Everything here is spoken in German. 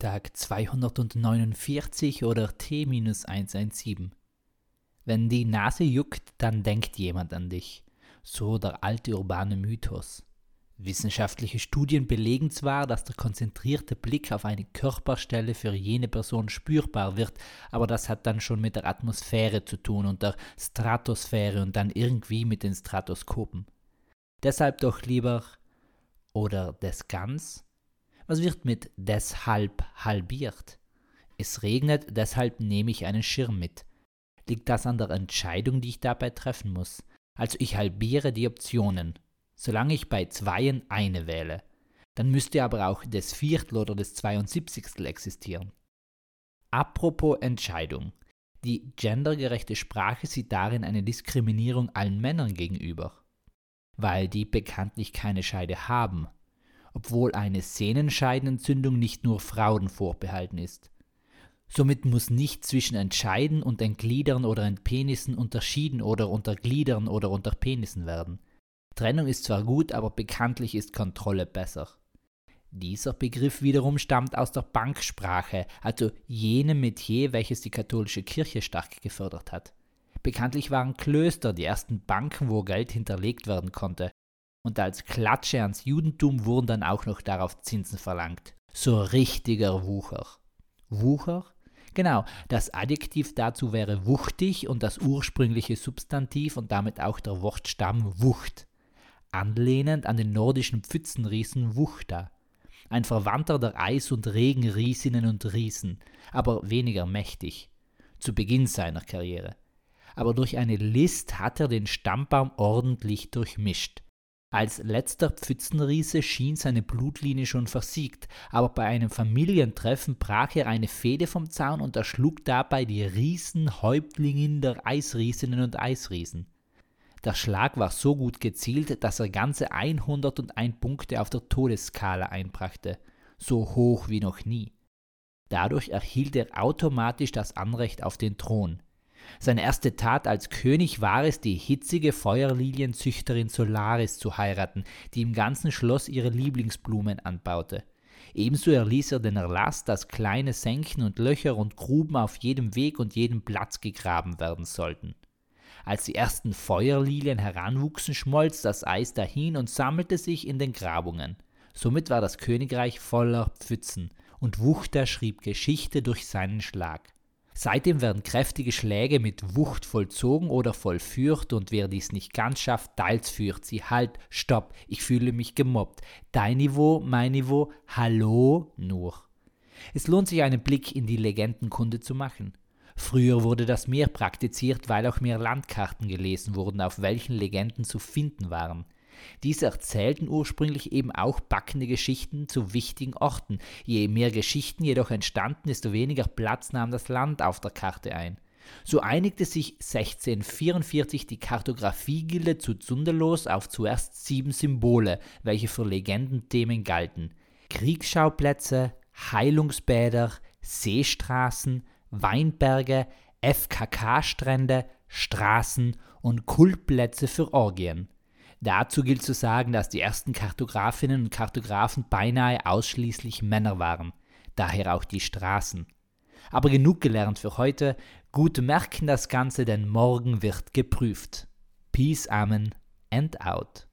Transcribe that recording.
Tag 249 oder T-117. Wenn die Nase juckt, dann denkt jemand an dich. So der alte urbane Mythos. Wissenschaftliche Studien belegen zwar, dass der konzentrierte Blick auf eine Körperstelle für jene Person spürbar wird, aber das hat dann schon mit der Atmosphäre zu tun und der Stratosphäre und dann irgendwie mit den Stratoskopen. Deshalb doch lieber oder des ganz? Was wird mit deshalb halbiert? Es regnet, deshalb nehme ich einen Schirm mit. Liegt das an der Entscheidung, die ich dabei treffen muss? Also ich halbiere die Optionen, solange ich bei Zweien eine wähle. Dann müsste aber auch des Viertel oder des 72. existieren. Apropos Entscheidung. Die gendergerechte Sprache sieht darin eine Diskriminierung allen Männern gegenüber, weil die bekanntlich keine Scheide haben, obwohl eine Sehnenscheidenentzündung nicht nur Frauen vorbehalten ist. Somit muss nicht zwischen Entscheiden und Entgliedern oder Entpenissen unterschieden oder untergliedern oder unterpenissen werden. Trennung ist zwar gut, aber bekanntlich ist Kontrolle besser. Dieser Begriff wiederum stammt aus der Banksprache, also jenem Metier, welches die katholische Kirche stark gefördert hat. Bekanntlich waren Klöster die ersten Banken, wo Geld hinterlegt werden konnte. Und als Klatsche ans Judentum wurden dann auch noch darauf Zinsen verlangt. So richtiger Wucher. Wucher? Genau, das Adjektiv dazu wäre wuchtig und das ursprüngliche Substantiv und damit auch der Wortstamm Wucht. Anlehnend an den nordischen Pfützenriesen Wuchta. Ein Verwandter der Eis- und Regenriesinnen und Riesen, aber weniger mächtig. Zu Beginn seiner Karriere. Aber durch eine List hat er den Stammbaum ordentlich durchmischt. Als letzter Pfützenriese schien seine Blutlinie schon versiegt, aber bei einem Familientreffen brach er eine Fehde vom Zaun und erschlug dabei die Riesenhäuptlingin der Eisriesinnen und Eisriesen. Der Schlag war so gut gezielt, dass er ganze 101 Punkte auf der Todesskala einbrachte, so hoch wie noch nie. Dadurch erhielt er automatisch das Anrecht auf den Thron. Seine erste Tat als König war es, die hitzige Feuerlilienzüchterin Solaris zu heiraten, die im ganzen Schloss ihre Lieblingsblumen anbaute. Ebenso erließ er den Erlass, dass kleine Senken und Löcher und Gruben auf jedem Weg und jedem Platz gegraben werden sollten. Als die ersten Feuerlilien heranwuchsen, schmolz das Eis dahin und sammelte sich in den Grabungen. Somit war das Königreich voller Pfützen, und Wuchta schrieb Geschichte durch seinen Schlag. Seitdem werden kräftige Schläge mit Wucht vollzogen oder vollführt und wer dies nicht ganz schafft, teils führt sie. Halt, stopp, ich fühle mich gemobbt. Dein Niveau, mein Niveau, hallo, nur. Es lohnt sich einen Blick in die Legendenkunde zu machen. Früher wurde das mehr praktiziert, weil auch mehr Landkarten gelesen wurden, auf welchen Legenden zu finden waren. Diese erzählten ursprünglich eben auch packende Geschichten zu wichtigen Orten. Je mehr Geschichten jedoch entstanden, desto weniger Platz nahm das Land auf der Karte ein. So einigte sich 1644 die Kartografiegilde zu Zunderlos auf zuerst 7 Symbole, welche für Legendenthemen galten: Kriegsschauplätze, Heilungsbäder, Seestraßen, Weinberge, FKK-Strände, Straßen und Kultplätze für Orgien. Dazu gilt zu sagen, dass die ersten Kartografinnen und Kartografen beinahe ausschließlich Männer waren, daher auch die Straßen. Aber genug gelernt für heute, gut merken das Ganze, denn morgen wird geprüft. Peace, Amen and out.